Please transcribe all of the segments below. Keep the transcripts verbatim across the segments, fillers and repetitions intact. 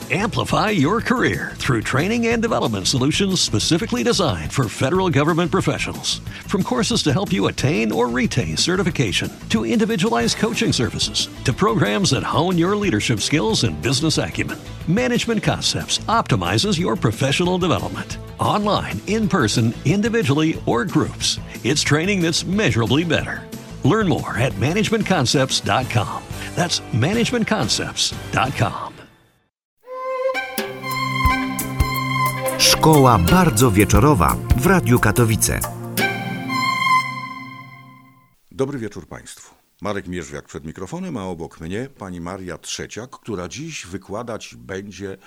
Amplify your career through training and development solutions specifically designed for federal government professionals. From courses to help you attain or retain certification, to individualized coaching services, to programs that hone your leadership skills and business acumen, Management Concepts optimizes your professional development. Online, in person, individually, or groups, it's training that's measurably better. Learn more at management concepts dot com. That's management concepts dot com. Szkoła bardzo wieczorowa w Radiu Katowice. Dobry wieczór Państwu. Marek Mierzwiak przed mikrofonem, a obok mnie pani Maria Trzeciak, która dziś wykładać będzie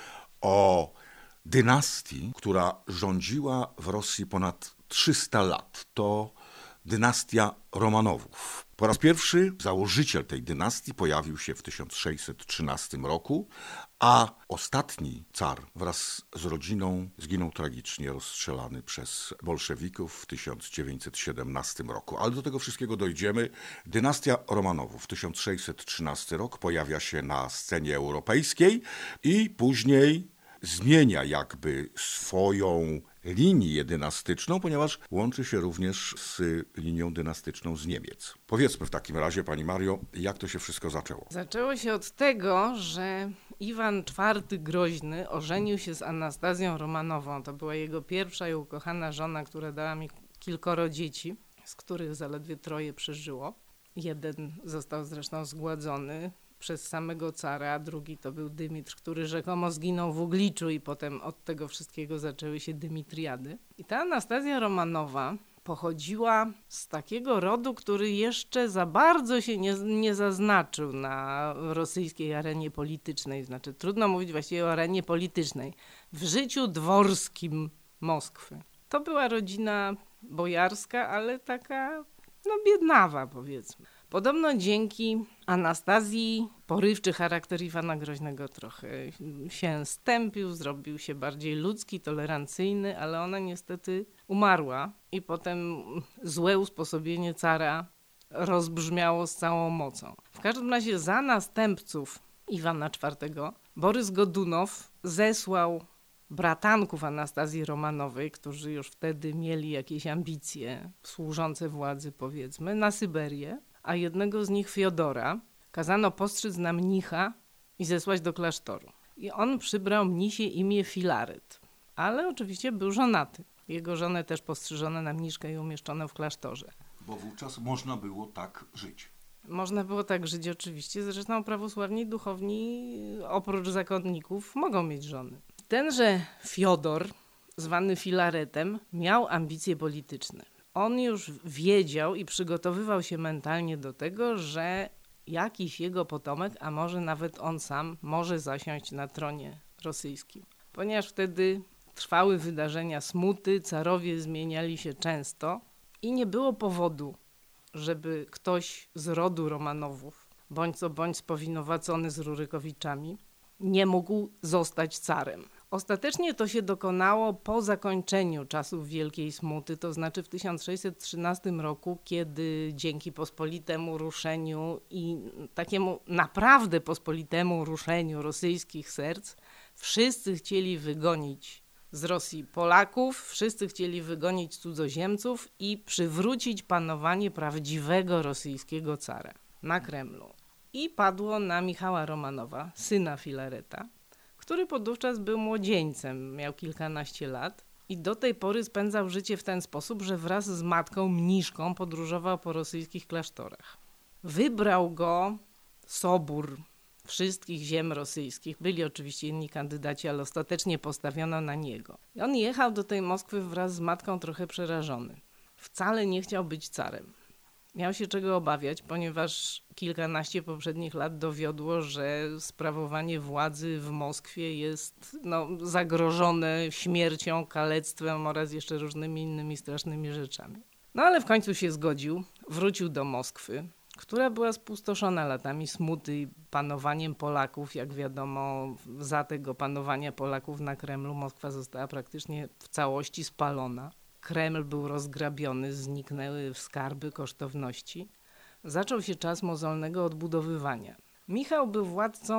o dynastii, która rządziła w Rosji ponad trzysta lat. To dynastia Romanowów. Po raz pierwszy założyciel tej dynastii pojawił się w tysiąc sześćset trzynastym roku, a ostatni car wraz z rodziną zginął tragicznie, rozstrzelany przez bolszewików w tysiąc dziewięćset siedemnastym roku. Ale do tego wszystkiego dojdziemy. Dynastia Romanowów, tysiąc sześćset trzynasty rok, pojawia się na scenie europejskiej i później zmienia jakby swoją linię dynastyczną, ponieważ łączy się również z linią dynastyczną z Niemiec. Powiedzmy w takim razie, pani Mario, jak to się wszystko zaczęło? Zaczęło się od tego, że Iwan czwarty Groźny ożenił się z Anastazją Romanową. To była jego pierwsza i ukochana żona, która dała mi kilkoro dzieci, z których zaledwie troje przeżyło. Jeden został zresztą zgładzony przez samego cara, a drugi to był Dymitr, który rzekomo zginął w Ugliczu i potem od tego wszystkiego zaczęły się dymitriady. I ta Anastazja Romanowa pochodziła z takiego rodu, który jeszcze za bardzo się nie, nie zaznaczył na rosyjskiej arenie politycznej. Znaczy trudno mówić właściwie o arenie politycznej. W życiu dworskim Moskwy. To była rodzina bojarska, ale taka no biednawa powiedzmy. Podobno dzięki Anastazji porywczy charakter Iwana Groźnego trochę się stępił, zrobił się bardziej ludzki, tolerancyjny, ale ona niestety umarła i potem złe usposobienie cara rozbrzmiało z całą mocą. W każdym razie za następców Iwana czwartego Borys Godunow zesłał bratanków Anastazji Romanowej, którzy już wtedy mieli jakieś ambicje służące władzy powiedzmy, na Syberię, a jednego z nich, Fiodora, kazano postrzyc na mnicha i zesłać do klasztoru. I on przybrał mnisie imię Filaret, ale oczywiście był żonaty. Jego żonę też postrzyżono na mniszkę i umieszczono w klasztorze. Bo wówczas można było tak żyć. Można było tak żyć oczywiście, zresztą prawosławni duchowni oprócz zakonników mogą mieć żony. Tenże Fiodor, zwany Filaretem, miał ambicje polityczne. On już wiedział i przygotowywał się mentalnie do tego, że jakiś jego potomek, a może nawet on sam, może zasiąść na tronie rosyjskim. Ponieważ wtedy trwały wydarzenia smuty, carowie zmieniali się często i nie było powodu, żeby ktoś z rodu Romanowów, bądź co bądź spowinowacony z Rurykowiczami, nie mógł zostać carem. Ostatecznie to się dokonało po zakończeniu czasów Wielkiej Smuty, to znaczy w tysiąc sześćset trzynastym roku, kiedy dzięki pospolitemu ruszeniu i takiemu naprawdę pospolitemu ruszeniu rosyjskich serc wszyscy chcieli wygonić z Rosji Polaków, wszyscy chcieli wygonić cudzoziemców i przywrócić panowanie prawdziwego rosyjskiego cara na Kremlu. I padło na Michała Romanowa, syna Filareta, który podówczas był młodzieńcem, miał kilkanaście lat i do tej pory spędzał życie w ten sposób, że wraz z matką mniszką podróżował po rosyjskich klasztorach. Wybrał go Sobór wszystkich ziem rosyjskich. Byli oczywiście inni kandydaci, ale ostatecznie postawiono na niego. I on jechał do tej Moskwy wraz z matką trochę przerażony. Wcale nie chciał być carem. Miał się czego obawiać, ponieważ kilkanaście poprzednich lat dowiodło, że sprawowanie władzy w Moskwie jest no, zagrożone śmiercią, kalectwem oraz jeszcze różnymi innymi strasznymi rzeczami. No ale w końcu się zgodził, wrócił do Moskwy, która była spustoszona latami smuty i panowaniem Polaków. Jak wiadomo, za tego panowania Polaków na Kremlu Moskwa została praktycznie w całości spalona. Kreml był rozgrabiony, zniknęły skarby, kosztowności. Zaczął się czas mozolnego odbudowywania. Michał był władcą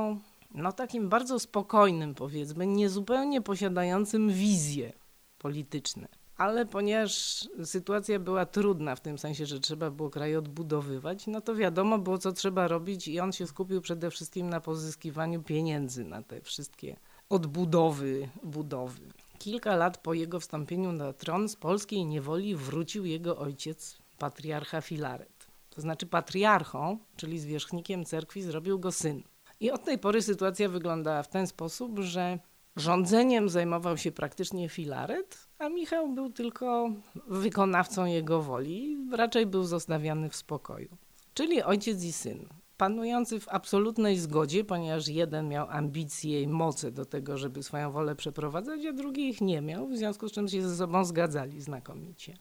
no takim bardzo spokojnym, powiedzmy, niezupełnie posiadającym wizje polityczne. Ale ponieważ sytuacja była trudna w tym sensie, że trzeba było kraj odbudowywać, no to wiadomo było, co trzeba robić i on się skupił przede wszystkim na pozyskiwaniu pieniędzy na te wszystkie odbudowy, budowy. Kilka lat po jego wstąpieniu na tron z polskiej niewoli wrócił jego ojciec, patriarcha Filaret. To znaczy patriarchą, czyli zwierzchnikiem cerkwi, zrobił go syn. I od tej pory sytuacja wyglądała w ten sposób, że rządzeniem zajmował się praktycznie Filaret, a Michał był tylko wykonawcą jego woli, raczej był zostawiany w spokoju. Czyli ojciec i syn, panujący w absolutnej zgodzie, ponieważ jeden miał ambicje i moce do tego, żeby swoją wolę przeprowadzać, a drugi ich nie miał, w związku z czym się ze sobą zgadzali znakomicie.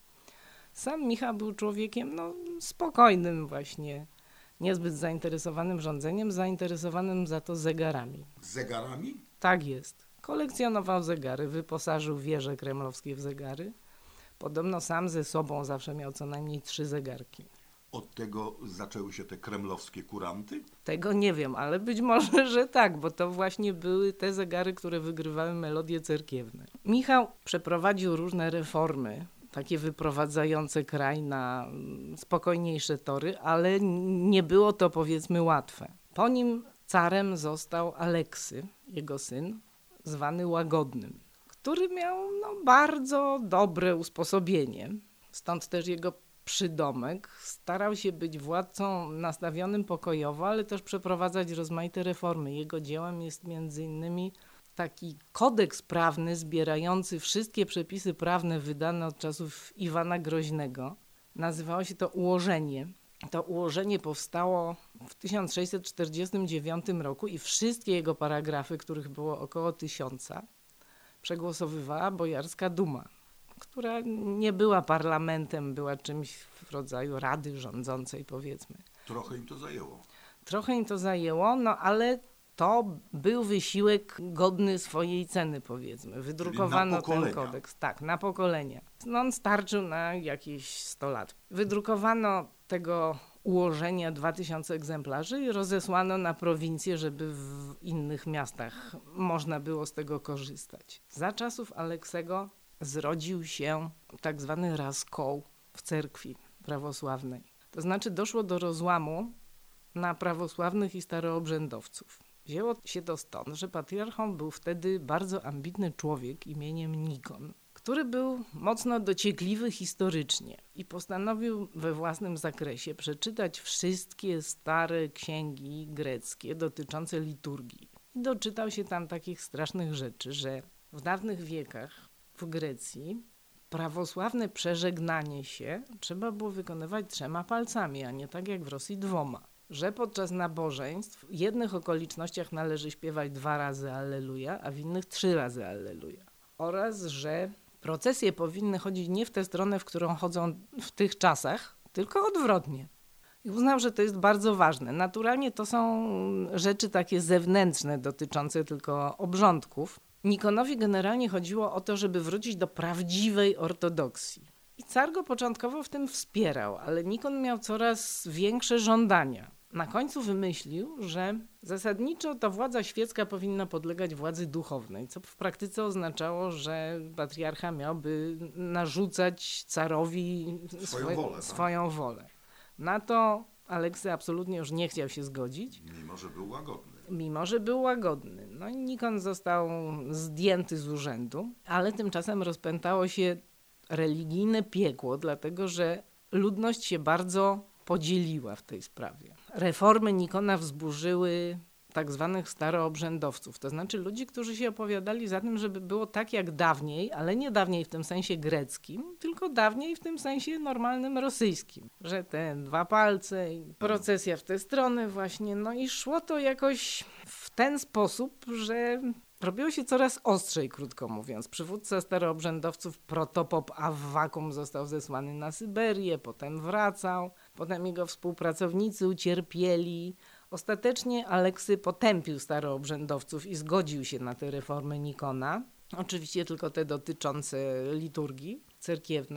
Sam Michał był człowiekiem no, spokojnym właśnie, niezbyt zainteresowanym rządzeniem, zainteresowanym za to zegarami. Zegarami? Tak jest. Kolekcjonował zegary, wyposażył wieże kremlowskie w zegary. Podobno sam ze sobą zawsze miał co najmniej trzy zegarki. Od tego zaczęły się te kremlowskie kuranty? Tego nie wiem, ale być może, że tak, bo to właśnie były te zegary, które wygrywały melodie cerkiewne. Michał przeprowadził różne reformy, takie wyprowadzające kraj na spokojniejsze tory, ale nie było to, powiedzmy, łatwe. Po nim carem został Aleksy, jego syn, zwany Łagodnym, który miał no, bardzo dobre usposobienie, stąd też jego przydomek. Starał się być władcą nastawionym pokojowo, ale też przeprowadzać rozmaite reformy. Jego dziełem jest między innymi taki kodeks prawny zbierający wszystkie przepisy prawne wydane od czasów Iwana Groźnego. Nazywało się to Ułożenie. To ułożenie powstało w tysiąc sześćset czterdziestym dziewiątym roku i wszystkie jego paragrafy, których było około tysiąca, przegłosowywała Bojarska Duma, która nie była parlamentem, była czymś w rodzaju rady rządzącej, powiedzmy. Trochę im to zajęło. Trochę im to zajęło, no ale to był wysiłek godny swojej ceny, powiedzmy. Wydrukowano ten kodeks. Tak, na pokolenia. No on starczył na jakieś sto lat. Wydrukowano tego ułożenia dwa tysiące egzemplarzy i rozesłano na prowincję, żeby w innych miastach można było z tego korzystać. Za czasów Aleksego zrodził się tak zwany raskoł w cerkwi prawosławnej. To znaczy doszło do rozłamu na prawosławnych i staroobrzędowców. Wzięło się to stąd, że patriarchą był wtedy bardzo ambitny człowiek imieniem Nikon, który był mocno dociekliwy historycznie i postanowił we własnym zakresie przeczytać wszystkie stare księgi greckie dotyczące liturgii. I doczytał się tam takich strasznych rzeczy, że w dawnych wiekach w Grecji prawosławne przeżegnanie się trzeba było wykonywać trzema palcami, a nie tak jak w Rosji dwoma. Że podczas nabożeństw w jednych okolicznościach należy śpiewać dwa razy Alleluja, a w innych trzy razy Alleluja. Oraz, że procesje powinny chodzić nie w tę stronę, w którą chodzą w tych czasach, tylko odwrotnie. I uznał, że to jest bardzo ważne. Naturalnie to są rzeczy takie zewnętrzne, dotyczące tylko obrządków. Nikonowi generalnie chodziło o to, żeby wrócić do prawdziwej ortodoksji. I car go początkowo w tym wspierał, ale Nikon miał coraz większe żądania. Na końcu wymyślił, że zasadniczo to władza świecka powinna podlegać władzy duchownej, co w praktyce oznaczało, że patriarcha miałby narzucać carowi swoją, swe, wolę, swoją tak? wolę. Na to Aleksy absolutnie już nie chciał się zgodzić. Mimo, że był łagodny. Mimo, że był łagodny. No i Nikon został zdjęty z urzędu, ale tymczasem rozpętało się religijne piekło, dlatego że ludność się bardzo podzieliła w tej sprawie. Reformy Nikona wzburzyły tak zwanych staroobrzędowców, to znaczy ludzi, którzy się opowiadali za tym, żeby było tak jak dawniej, ale nie dawniej w tym sensie greckim, tylko dawniej w tym sensie normalnym rosyjskim, że te dwa palce i procesja w tę stronę właśnie, no i szło to jakoś w ten sposób, że robiło się coraz ostrzej, krótko mówiąc. Przywódca staroobrzędowców Protopop Awwakum został zesłany na Syberię, potem wracał, potem jego współpracownicy ucierpieli. Ostatecznie Aleksy potępił staroobrzędowców i zgodził się na te reformy Nikona. Oczywiście tylko te dotyczące liturgii cerkiewnej.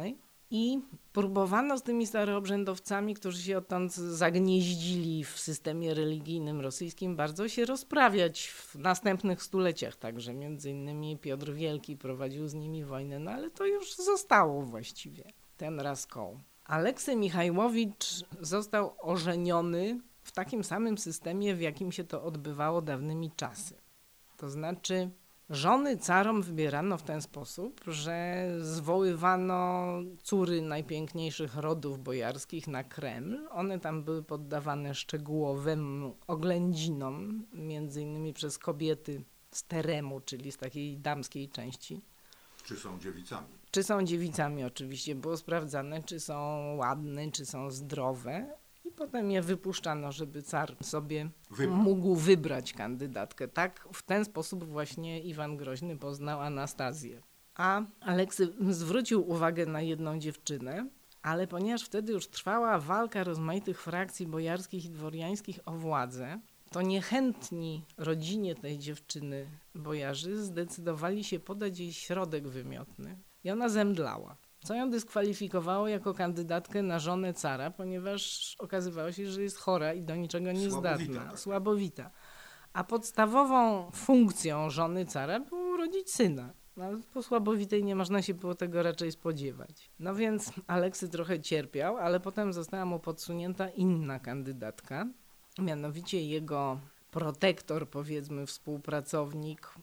I próbowano z tymi staroobrzędowcami, którzy się odtąd zagnieździli w systemie religijnym rosyjskim, bardzo się rozprawiać w następnych stuleciach. Także między innymi Piotr Wielki prowadził z nimi wojnę, no ale to już zostało właściwie, ten raskoł. Aleksy Michajłowicz został ożeniony w takim samym systemie, w jakim się to odbywało dawnymi czasy. To znaczy żony carom wybierano w ten sposób, że zwoływano córy najpiękniejszych rodów bojarskich na Kreml. One tam były poddawane szczegółowym oględzinom, między innymi przez kobiety z teremu, czyli z takiej damskiej części. Czy są dziewicami? Czy są dziewicami oczywiście. Było sprawdzane, czy są ładne, czy są zdrowe. I potem je wypuszczano, żeby car sobie Wybrał. mógł wybrać kandydatkę. Tak, w ten sposób właśnie Iwan Groźny poznał Anastazję. A Aleksy zwrócił uwagę na jedną dziewczynę, ale ponieważ wtedy już trwała walka rozmaitych frakcji bojarskich i dworiańskich o władzę, to niechętni rodzinie tej dziewczyny bojarzy zdecydowali się podać jej środek wymiotny i ona zemdlała. Co ją dyskwalifikowało jako kandydatkę na żonę cara, ponieważ okazywało się, że jest chora i do niczego niezdatna, tak. słabowita. A podstawową funkcją żony cara było urodzić syna. No, po słabowitej nie można się było tego raczej spodziewać. No więc Aleksy trochę cierpiał, ale potem została mu podsunięta inna kandydatka, mianowicie jego protektor, powiedzmy współpracownik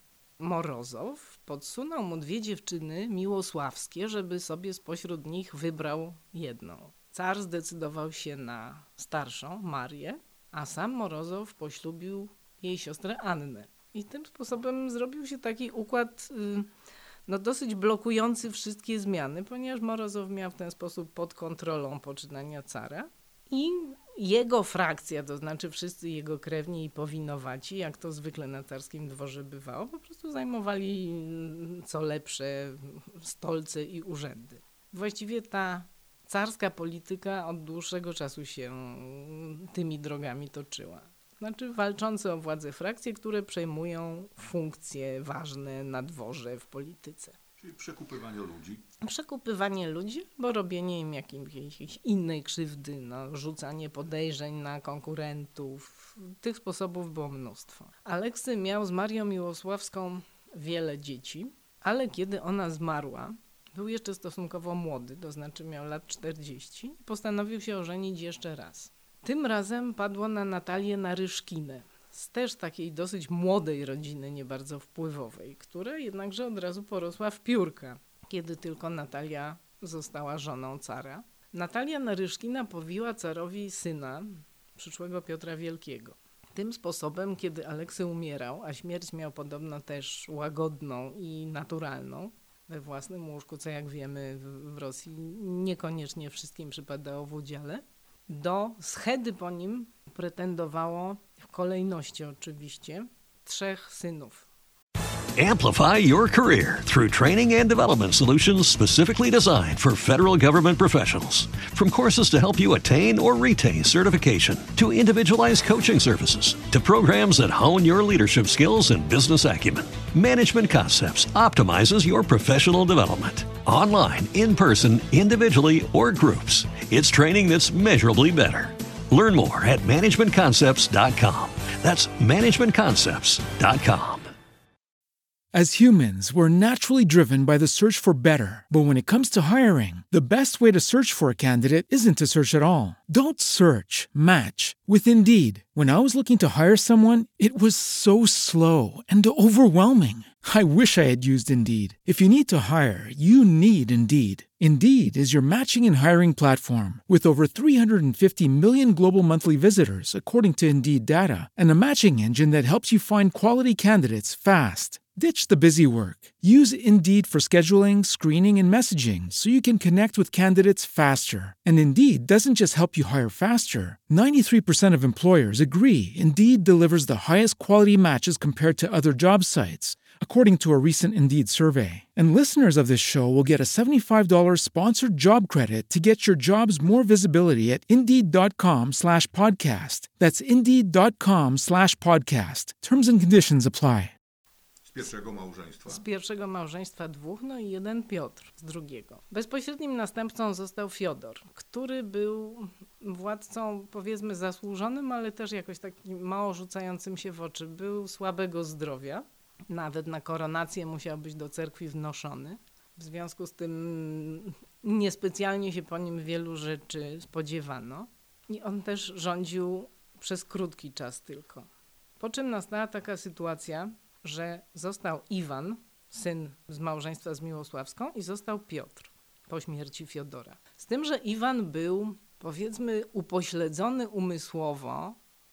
Morozow podsunął mu dwie dziewczyny miłosławskie, żeby sobie spośród nich wybrał jedną. Car zdecydował się na starszą, Marię, a sam Morozow poślubił jej siostrę Annę. I tym sposobem zrobił się taki układ no, dosyć blokujący wszystkie zmiany, ponieważ Morozow miał w ten sposób pod kontrolą poczynania cara i jego frakcja, to znaczy wszyscy jego krewni i powinowaci, jak to zwykle na carskim dworze bywało, po prostu zajmowali co lepsze stolce i urzędy. Właściwie ta carska polityka od dłuższego czasu się tymi drogami toczyła. Znaczy walczące o władzę frakcje, które przejmują funkcje ważne na dworze w polityce. Czyli przekupywanie ludzi. Przekupywanie ludzi, bo robienie im jakiejś innej krzywdy, no, rzucanie podejrzeń na konkurentów. Tych sposobów było mnóstwo. Aleksy miał z Marią Miłosławską wiele dzieci, ale kiedy ona zmarła, był jeszcze stosunkowo młody, to znaczy miał lat czterdzieści i postanowił się ożenić jeszcze raz. Tym razem padło na Natalię Naryszkinę, z też takiej dosyć młodej rodziny, nie bardzo wpływowej, która jednakże od razu porosła w piórka, kiedy tylko Natalia została żoną cara. Natalia Naryszkina powiła carowi syna, przyszłego Piotra Wielkiego. Tym sposobem, kiedy Aleksy umierał, a śmierć miał podobno też łagodną i naturalną, we własnym łóżku, co jak wiemy w Rosji niekoniecznie wszystkim przypadało w udziale, do schedy po nim pretendowało, w kolejności oczywiście, trzech synów. Amplify your career through training and development solutions specifically designed for federal government professionals. From courses to help you attain or retain certification, to individualized coaching services, to programs that hone your leadership skills and business acumen, Management Concepts optimizes your professional development. Online, in person, individually, or groups, it's training that's measurably better. Learn more at management concepts dot com. That's management concepts dot com. As humans, we're naturally driven by the search for better. But when it comes to hiring, the best way to search for a candidate isn't to search at all. Don't search, match with Indeed. When I was looking to hire someone, it was so slow and overwhelming. I wish I had used Indeed. If you need to hire, you need Indeed. Indeed is your matching and hiring platform with over three hundred fifty million global monthly visitors, according to Indeed data, and a matching engine that helps you find quality candidates fast. Ditch the busy work. Use Indeed for scheduling, screening, and messaging so you can connect with candidates faster. And Indeed doesn't just help you hire faster. ninety-three percent of employers agree Indeed delivers the highest quality matches compared to other job sites, according to a recent Indeed survey. And listeners of this show will get a seventy-five dollars sponsored job credit to get your jobs more visibility at Indeed.com slash podcast. That's Indeed.com slash podcast. Terms and conditions apply. pierwszego małżeństwa. Z pierwszego małżeństwa dwóch, no i jeden Piotr z drugiego. Bezpośrednim następcą został Fiodor, który był władcą, powiedzmy, zasłużonym, ale też jakoś takim mało rzucającym się w oczy. Był słabego zdrowia, nawet na koronację musiał być do cerkwi wnoszony. W związku z tym niespecjalnie się po nim wielu rzeczy spodziewano. I on też rządził przez krótki czas tylko. Po czym nastała taka sytuacja, że został Iwan, syn z małżeństwa z Miłosławską, i został Piotr po śmierci Fiodora. Z tym, że Iwan był, powiedzmy, upośledzony umysłowo,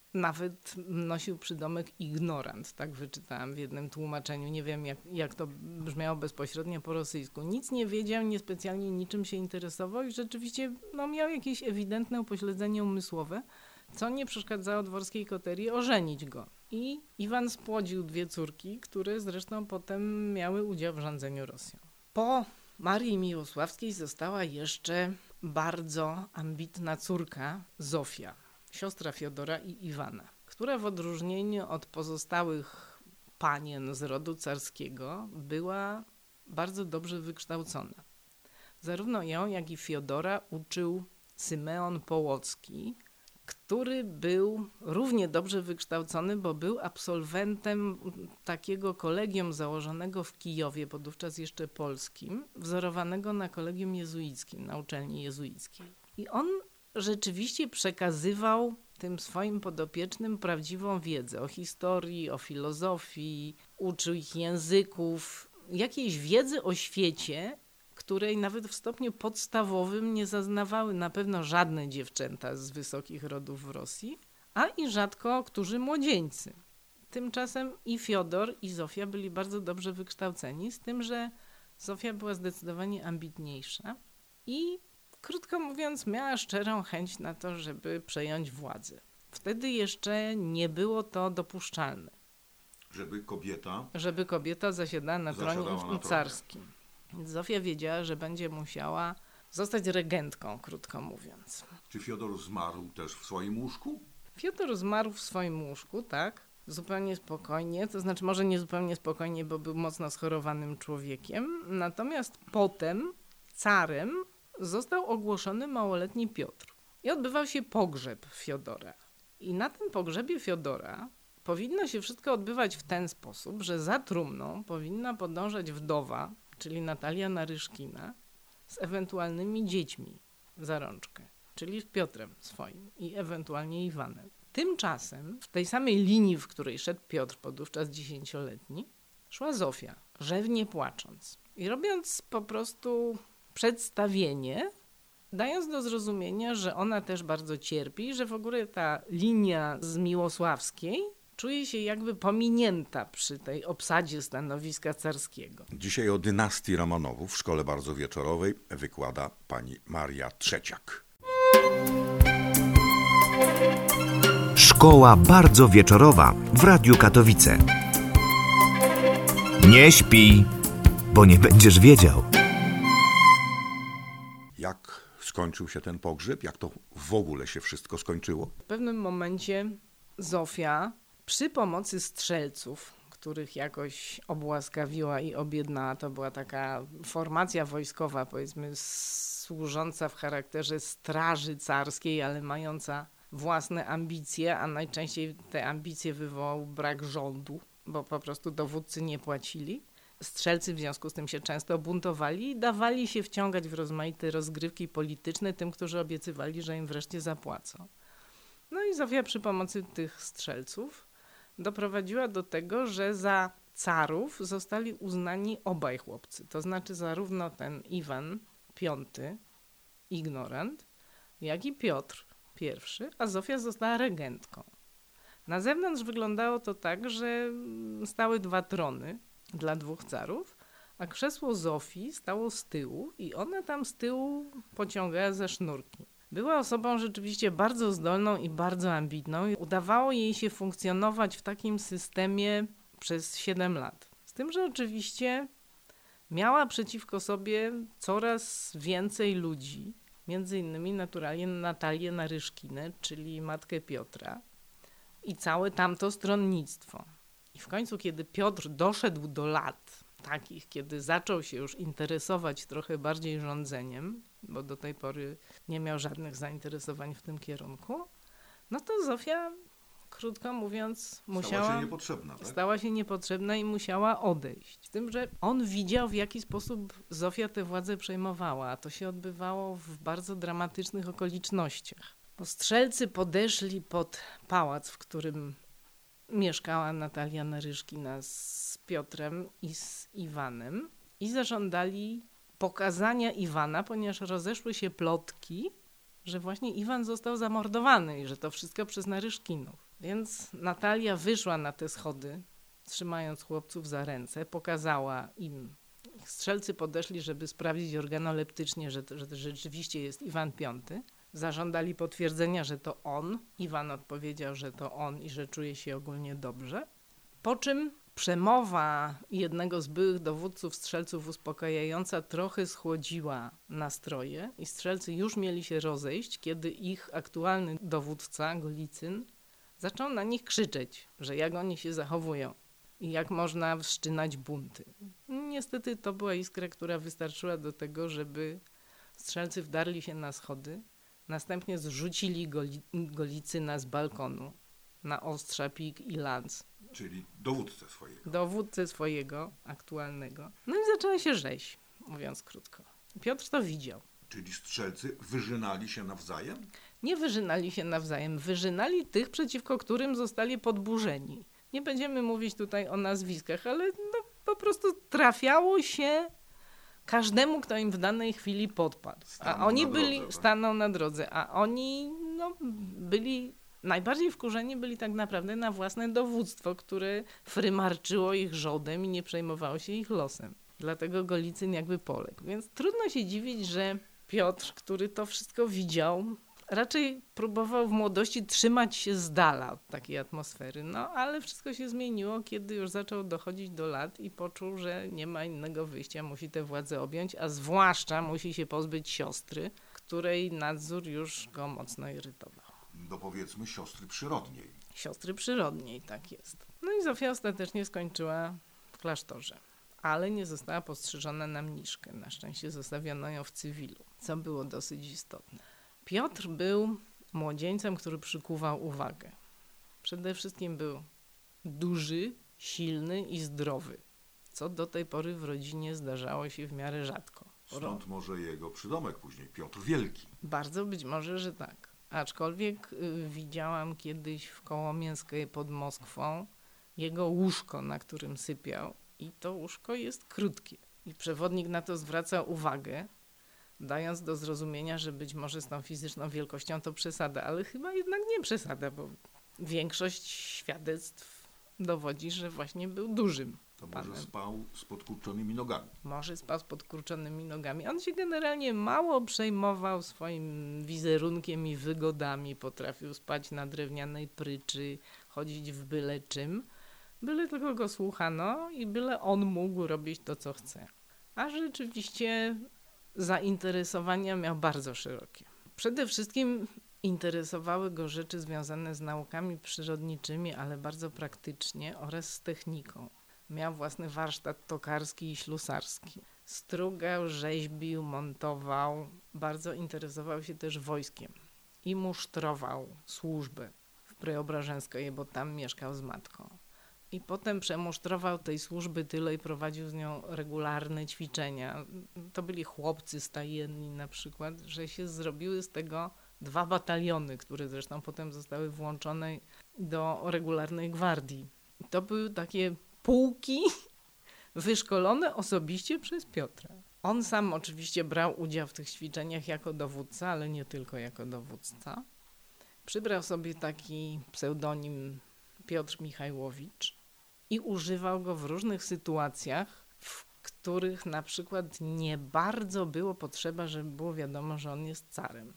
nawet nosił przydomek ignorant, tak wyczytałam w jednym tłumaczeniu. Nie wiem, jak, jak to brzmiało bezpośrednio po rosyjsku. Nic nie wiedział, niespecjalnie niczym się interesował i rzeczywiście no, miał jakieś ewidentne upośledzenie umysłowe, co nie przeszkadzało dworskiej koterii ożenić go. I Iwan spłodził dwie córki, które zresztą potem miały udział w rządzeniu Rosją. Po Marii Miłosławskiej została jeszcze bardzo ambitna córka Zofia, siostra Fiodora i Iwana, która w odróżnieniu od pozostałych panien z rodu carskiego była bardzo dobrze wykształcona. Zarówno ją, jak i Fiodora uczył Symeon Połocki, który był równie dobrze wykształcony, bo był absolwentem takiego kolegium założonego w Kijowie, podówczas jeszcze polskim, wzorowanego na kolegium jezuickim, na uczelni jezuickiej. I on rzeczywiście przekazywał tym swoim podopiecznym prawdziwą wiedzę o historii, o filozofii, uczył ich języków, jakiejś wiedzy o świecie, której nawet w stopniu podstawowym nie zaznawały na pewno żadne dziewczęta z wysokich rodów w Rosji, a i rzadko którzy młodzieńcy. Tymczasem i Fiodor, i Zofia byli bardzo dobrze wykształceni, z tym, że Zofia była zdecydowanie ambitniejsza i, krótko mówiąc, miała szczerą chęć na to, żeby przejąć władzę. Wtedy jeszcze nie było to dopuszczalne. Żeby kobieta... Żeby kobieta zasiadała na tronie carskim. Zofia wiedziała, że będzie musiała zostać regentką, krótko mówiąc. Czy Fiodor zmarł też w swoim łóżku? Fiodor zmarł w swoim łóżku, tak, zupełnie spokojnie, to znaczy może nie zupełnie spokojnie, bo był mocno schorowanym człowiekiem, natomiast potem carem został ogłoszony małoletni Piotr i odbywał się pogrzeb Fiodora. I na tym pogrzebie Fiodora powinno się wszystko odbywać w ten sposób, że za trumną powinna podążać wdowa, czyli Natalia Naryszkina, z ewentualnymi dziećmi za rączkę, czyli z Piotrem swoim i ewentualnie Iwanem. Tymczasem w tej samej linii, w której szedł Piotr, podówczas dziesięcioletni, szła Zofia, rzewnie płacząc i robiąc po prostu przedstawienie, dając do zrozumienia, że ona też bardzo cierpi, że w ogóle ta linia z Miłosławskiej czuje się jakby pominięta przy tej obsadzie stanowiska carskiego. Dzisiaj o dynastii Romanowów w Szkole Bardzo Wieczorowej wykłada pani Maria Trzeciak. Szkoła Bardzo Wieczorowa w Radiu Katowice. Nie śpi, bo nie będziesz wiedział. Jak skończył się ten pogrzeb? Jak to w ogóle się wszystko skończyło? W pewnym momencie Zofia przy pomocy strzelców, których jakoś obłaskawiła i objednała, to była taka formacja wojskowa, powiedzmy służąca w charakterze straży carskiej, ale mająca własne ambicje, a najczęściej te ambicje wywołał brak rządu, bo po prostu dowódcy nie płacili. Strzelcy w związku z tym się często buntowali i dawali się wciągać w rozmaite rozgrywki polityczne tym, którzy obiecywali, że im wreszcie zapłacą. No i Zofia przy pomocy tych strzelców doprowadziła do tego, że za carów zostali uznani obaj chłopcy. To znaczy zarówno ten Iwan Piąty, ignorant, jak i Piotr pierwszy, a Zofia została regentką. Na zewnątrz wyglądało to tak, że stały dwa trony dla dwóch carów, a krzesło Zofii stało z tyłu i ona tam z tyłu pociągała za sznurki. Była osobą rzeczywiście bardzo zdolną i bardzo ambitną. Udawało jej się funkcjonować w takim systemie przez siedem lat. Z tym, że oczywiście miała przeciwko sobie coraz więcej ludzi, między innymi naturalnie Natalię Naryszkinę, czyli matkę Piotra i całe tamto stronnictwo. I w końcu, kiedy Piotr doszedł do lat takich, kiedy zaczął się już interesować trochę bardziej rządzeniem, bo do tej pory nie miał żadnych zainteresowań w tym kierunku, no to Zofia, krótko mówiąc, musiała... Stała się niepotrzebna, tak? Stała się niepotrzebna i musiała odejść. Z tym, że on widział, w jaki sposób Zofia tę władzę przejmowała, a to się odbywało w bardzo dramatycznych okolicznościach. Bo strzelcy podeszli pod pałac, w którym mieszkała Natalia Naryszkina z Piotrem i z Iwanem i zażądali pokazania Iwana, ponieważ rozeszły się plotki, że właśnie Iwan został zamordowany i że to wszystko przez Naryszkinów. Więc Natalia wyszła na te schody, trzymając chłopców za ręce, pokazała im. Strzelcy podeszli, żeby sprawdzić organoleptycznie, że to, że to rzeczywiście jest Iwan Piąty. Zażądali potwierdzenia, że to on. Iwan odpowiedział, że to on i że czuje się ogólnie dobrze. Po czym przemowa jednego z byłych dowódców strzelców uspokajająca trochę schłodziła nastroje i strzelcy już mieli się rozejść, kiedy ich aktualny dowódca, Golicyn, zaczął na nich krzyczeć, że jak oni się zachowują i jak można wszczynać bunty. Niestety to była iskra, która wystarczyła do tego, żeby strzelcy wdarli się na schody, następnie zrzucili Goli- Golicyna z balkonu na ostrza, pik i lans. Czyli dowódcę swojego. Dowódcę swojego aktualnego. No i zaczęła się rzeź, mówiąc krótko. Piotr to widział. Czyli strzelcy wyżynali się nawzajem? Nie wyżynali się nawzajem, wyżynali tych, przeciwko którym zostali podburzeni. Nie będziemy mówić tutaj o nazwiskach, ale no, po prostu trafiało się każdemu, kto im w danej chwili podpadł. Stanął a oni na byli, drodze, tak? stanął na drodze, a oni no, byli, najbardziej wkurzeni byli tak naprawdę na własne dowództwo, które frymarczyło ich żołdem i nie przejmowało się ich losem. Dlatego Golicyn jakby poległ. Więc trudno się dziwić, że Piotr, który to wszystko widział, raczej próbował w młodości trzymać się z dala od takiej atmosfery. No, ale wszystko się zmieniło, kiedy już zaczął dochodzić do lat i poczuł, że nie ma innego wyjścia, musi tę władzę objąć, a zwłaszcza musi się pozbyć siostry, której nadzór już go mocno irytował. Do powiedzmy siostry przyrodniej. Siostry przyrodniej, tak jest. No i Zofia ostatecznie skończyła w klasztorze, ale nie została postrzyżona na mniszkę. Na szczęście zostawiono ją w cywilu, co było dosyć istotne. Piotr był młodzieńcem, który przykuwał uwagę. Przede wszystkim był duży, silny i zdrowy, co do tej pory w rodzinie zdarzało się w miarę rzadko. Stąd może jego przydomek później, Piotr Wielki. Bardzo być może, że tak. Aczkolwiek y, widziałam kiedyś w Kołomińskiej pod Moskwą jego łóżko, na którym sypiał i to łóżko jest krótkie. I przewodnik na to zwracał uwagę, dając do zrozumienia, że być może z tą fizyczną wielkością to przesada, ale chyba jednak nie przesada, bo większość świadectw dowodzi, że właśnie był dużym To panem. może spał z podkurczonymi nogami. Może spał z podkurczonymi nogami. On się generalnie mało przejmował swoim wizerunkiem i wygodami. Potrafił spać na drewnianej pryczy, chodzić w byle czym. Byle tylko go słuchano i byle on mógł robić to, co chce. A rzeczywiście zainteresowania miał bardzo szerokie. Przede wszystkim interesowały go rzeczy związane z naukami przyrodniczymi, ale bardzo praktycznie oraz z techniką. Miał własny warsztat tokarski i ślusarski. Strugał, rzeźbił, montował. Bardzo interesował się też wojskiem i musztrował służbę w Preobrażenskiej, bo tam mieszkał z matką. I potem przemusztrował tej służby tyle i prowadził z nią regularne ćwiczenia. To byli chłopcy stajenni na przykład, że się zrobiły z tego dwa bataliony, które zresztą potem zostały włączone do regularnej gwardii. To były takie pułki wyszkolone osobiście przez Piotra. On sam oczywiście brał udział w tych ćwiczeniach jako dowódca, ale nie tylko jako dowódca. Przybrał sobie taki pseudonim Piotr Michajłowicz i używał go w różnych sytuacjach, w których na przykład nie bardzo było potrzeba, żeby było wiadomo, że on jest carem.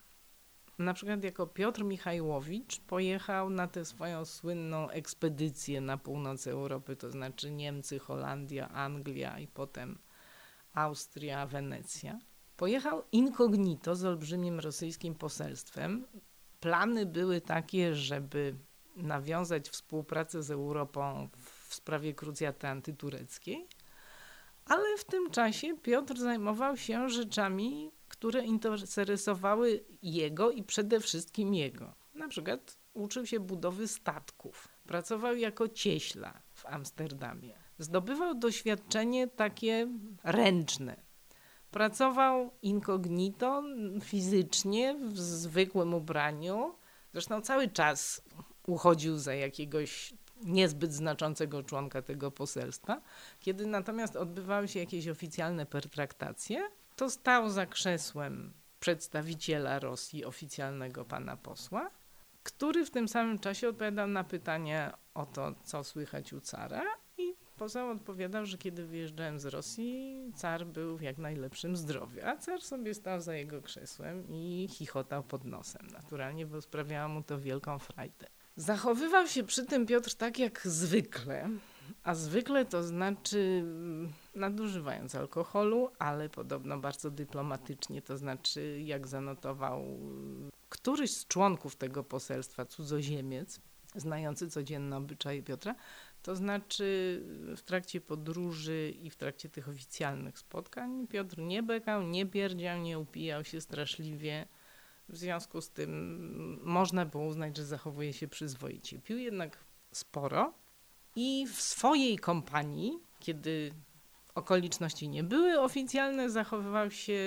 Na przykład jako Piotr Michajłowicz pojechał na tę swoją słynną ekspedycję na północ Europy, to znaczy Niemcy, Holandia, Anglia i potem Austria, Wenecja. Pojechał incognito z olbrzymim rosyjskim poselstwem. Plany były takie, żeby nawiązać współpracę z Europą w w sprawie krucjaty antytureckiej, ale w tym czasie Piotr zajmował się rzeczami, które interesowały jego i przede wszystkim jego. Na przykład uczył się budowy statków, pracował jako cieśla w Amsterdamie, zdobywał doświadczenie takie ręczne. Pracował incognito, fizycznie, w zwykłym ubraniu. Zresztą cały czas uchodził za jakiegoś niezbyt znaczącego członka tego poselstwa. Kiedy natomiast odbywały się jakieś oficjalne pertraktacje, to stał za krzesłem przedstawiciela Rosji, oficjalnego pana posła, który w tym samym czasie odpowiadał na pytania o to, co słychać u cara, i poseł odpowiadał, że kiedy wyjeżdżałem z Rosji, car był w jak najlepszym zdrowiu, a car sobie stał za jego krzesłem i chichotał pod nosem. Naturalnie, bo sprawiało mu to wielką frajdę. Zachowywał się przy tym Piotr tak jak zwykle, a zwykle to znaczy nadużywając alkoholu, ale podobno bardzo dyplomatycznie, to znaczy jak zanotował któryś z członków tego poselstwa, cudzoziemiec, znający codzienne obyczaje Piotra, to znaczy w trakcie podróży i w trakcie tych oficjalnych spotkań Piotr nie bekał, nie pierdział, nie upijał się straszliwie. W związku z tym można było uznać, że zachowuje się przyzwoicie. Pił jednak sporo i w swojej kompanii, kiedy okoliczności nie były oficjalne, zachowywał się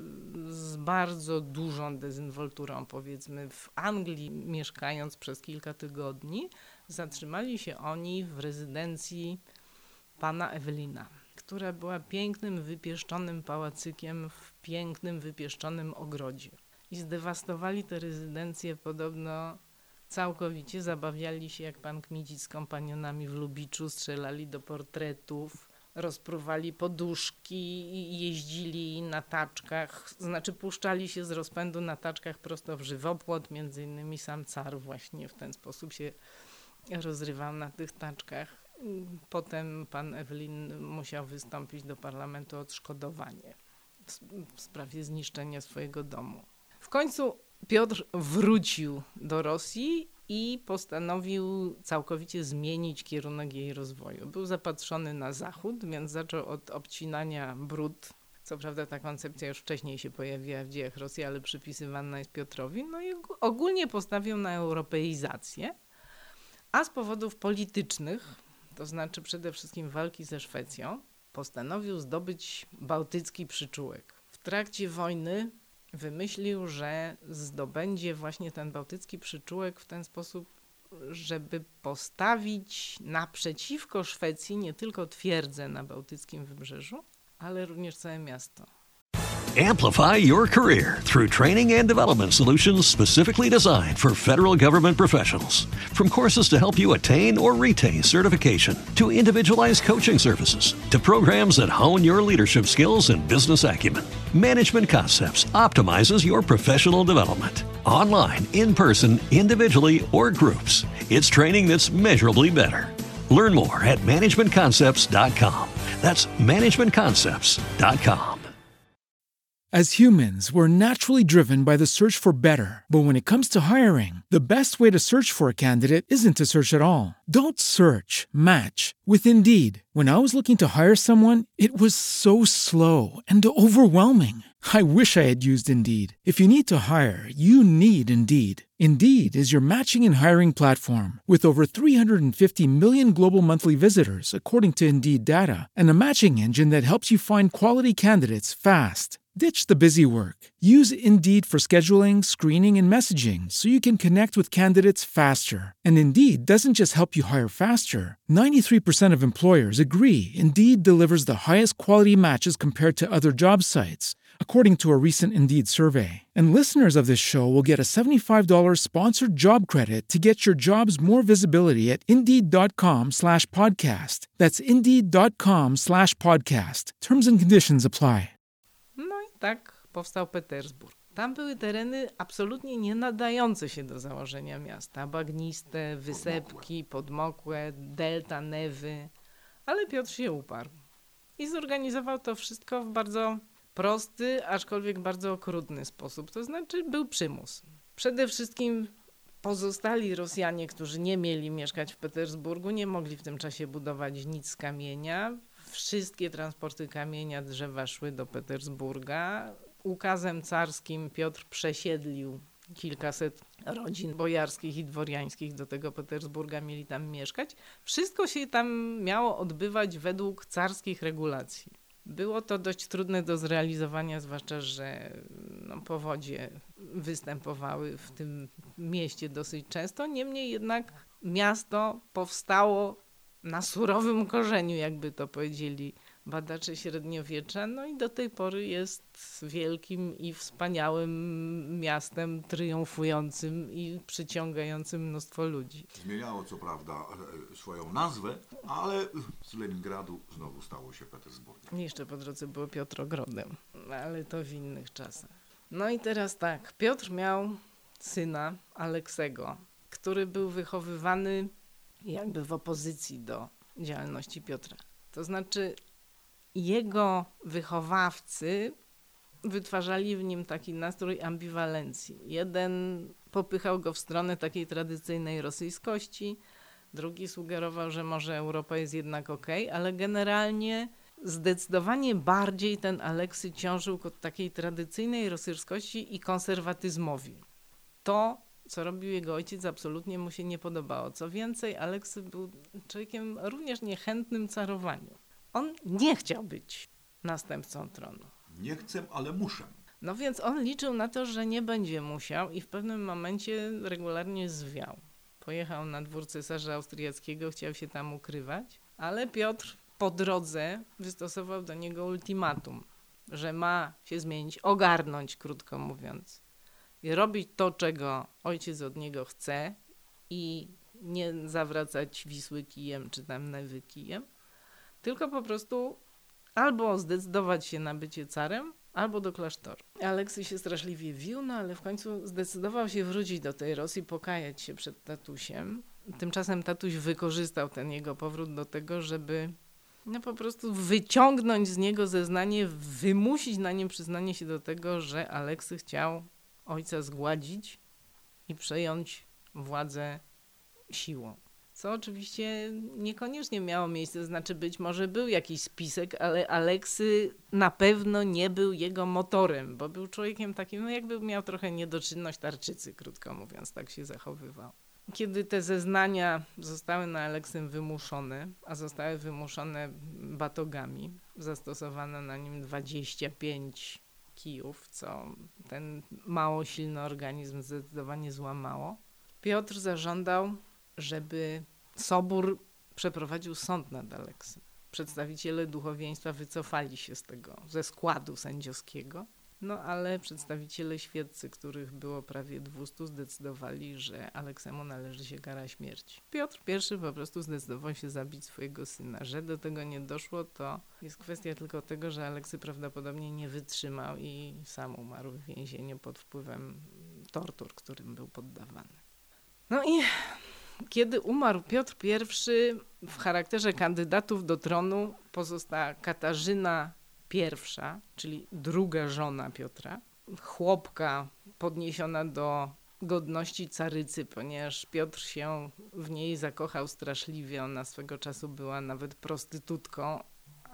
z bardzo dużą dezynwolturą. Powiedzmy, w Anglii mieszkając przez kilka tygodni, zatrzymali się oni w rezydencji pana Ewelina, która była pięknym, wypieszczonym pałacykiem w pięknym, wypieszczonym ogrodzie. I zdewastowali tę rezydencję podobno całkowicie. Zabawiali się jak pan Kmicic z kompanionami w Lubiczu, strzelali do portretów, rozpruwali poduszki, jeździli na taczkach, znaczy puszczali się z rozpędu na taczkach prosto w żywopłot. Między innymi sam car właśnie w ten sposób się rozrywał na tych taczkach. Potem pan Ewelin musiał wystąpić do parlamentu o odszkodowanie w sprawie zniszczenia swojego domu. W końcu Piotr wrócił do Rosji i postanowił całkowicie zmienić kierunek jej rozwoju. Był zapatrzony na zachód, więc zaczął od obcinania brud. Co prawda ta koncepcja już wcześniej się pojawiła w dziejach Rosji, ale przypisywana jest Piotrowi. No i ogólnie postawił na europeizację, a z powodów politycznych, to znaczy przede wszystkim walki ze Szwecją, postanowił zdobyć bałtycki przyczółek. W trakcie wojny wymyślił, że zdobędzie właśnie ten bałtycki przyczółek w ten sposób, żeby postawić naprzeciwko Szwecji nie tylko twierdzę na bałtyckim wybrzeżu, ale również całe miasto. Amplify your career through training and development solutions specifically designed for federal government professionals. From courses to help you attain or retain certification, to individualized coaching services, to programs that hone your leadership skills and business acumen, Management Concepts optimizes your professional development. Online, in person, individually, or groups, it's training that's measurably better. Learn more at management concepts dot com. That's management concepts dot com. As humans, we're naturally driven by the search for better. But when it comes to hiring, the best way to search for a candidate isn't to search at all. Don't search, match with Indeed. When I was looking to hire someone, it was so slow and overwhelming. I wish I had used Indeed. If you need to hire, you need Indeed. Indeed is your matching and hiring platform with over three hundred fifty million global monthly visitors, according to Indeed data, and a matching engine that helps you find quality candidates fast. Ditch the busy work. Use Indeed for scheduling, screening, and messaging so you can connect with candidates faster. And Indeed doesn't just help you hire faster. ninety-three percent of employers agree Indeed delivers the highest quality matches compared to other job sites, according to a recent Indeed survey. And listeners of this show will get a seventy-five dollars sponsored job credit to get your jobs more visibility at Indeed.com slash podcast. That's Indeed.com slash podcast. Terms and conditions apply. No i tak powstał Petersburg. Tam były tereny absolutnie nie nadające się do założenia miasta. Bagniste, wysepki, podmokłe, delta, Newy. Ale Piotr się uparł i zorganizował to wszystko w bardzo prosty, aczkolwiek bardzo okrutny sposób. To znaczy był przymus. Przede wszystkim Pozostali Rosjanie, którzy nie mieli mieszkać w Petersburgu, nie mogli w tym czasie budować nic z kamienia. Wszystkie transporty kamienia, drzewa szły do Petersburga. Ukazem carskim Piotr przesiedlił kilkaset rodzin bojarskich i dworiańskich do tego Petersburga, mieli tam mieszkać. Wszystko się tam miało odbywać według carskich regulacji. Było to dość trudne do zrealizowania, zwłaszcza że no, powodzie występowały w tym mieście dosyć często. Niemniej jednak miasto powstało na surowym korzeniu, jakby to powiedzieli badacze średniowiecza, no i do tej pory jest wielkim i wspaniałym miastem, triumfującym i przyciągającym mnóstwo ludzi. Zmieniało co prawda swoją nazwę, ale z Leningradu znowu stało się Petersburgiem. Jeszcze po drodze było Piotrogrodem, ale to w innych czasach. No i teraz tak, Piotr miał syna Aleksego, który był wychowywany jakby w opozycji do działalności Piotra. To znaczy jego wychowawcy wytwarzali w nim taki nastrój ambiwalencji. Jeden popychał go w stronę takiej tradycyjnej rosyjskości, drugi sugerował, że może Europa jest jednak okej, ale generalnie zdecydowanie bardziej ten Aleksy ciążył ku takiej tradycyjnej rosyjskości i konserwatyzmowi. To, co robił jego ojciec, absolutnie mu się nie podobało. Co więcej, Aleksy był człowiekiem również niechętnym carowaniu. On nie chciał być następcą tronu. Nie chcę, ale muszę. No więc on liczył na to, że nie będzie musiał i w pewnym momencie regularnie zwiał. Pojechał na dwór cesarza austriackiego, chciał się tam ukrywać, ale Piotr po drodze wystosował do niego ultimatum, że ma się zmienić, ogarnąć, krótko mówiąc, i robić to, czego ojciec od niego chce i nie zawracać Wisły kijem czy tam Newy kijem, tylko po prostu albo zdecydować się na bycie carem, albo do klasztoru. Aleksy się straszliwie wił, no ale w końcu zdecydował się wrócić do tej Rosji, pokajać się przed tatusiem. Tymczasem tatuś wykorzystał ten jego powrót do tego, żeby no po prostu wyciągnąć z niego zeznanie, wymusić na nim przyznanie się do tego, że Aleksy chciał ojca zgładzić i przejąć władzę siłą. Co oczywiście niekoniecznie miało miejsce, to znaczy być może był jakiś spisek, ale Aleksy na pewno nie był jego motorem, bo był człowiekiem takim, no jakby miał trochę niedoczynność tarczycy, krótko mówiąc, tak się zachowywał. Kiedy te zeznania zostały na Aleksym wymuszone, a zostały wymuszone batogami, zastosowano na nim dwadzieścia pięć kijów, co ten mało silny organizm zdecydowanie złamało, Piotr zażądał, żeby Sobór przeprowadził sąd nad Aleksym. Przedstawiciele duchowieństwa wycofali się z tego, ze składu sędziowskiego, no ale przedstawiciele świeccy, których było prawie dwieście, zdecydowali, że Aleksemu należy się kara śmierci. Piotr I po prostu zdecydował się zabić swojego syna. Że do tego nie doszło, to jest kwestia tylko tego, że Aleksy prawdopodobnie nie wytrzymał i sam umarł w więzieniu pod wpływem tortur, którym był poddawany. No i kiedy umarł Piotr I, w charakterze kandydatów do tronu pozostała Katarzyna I, czyli druga żona Piotra, chłopka podniesiona do godności carycy, ponieważ Piotr się w niej zakochał straszliwie. Ona swego czasu była nawet prostytutką,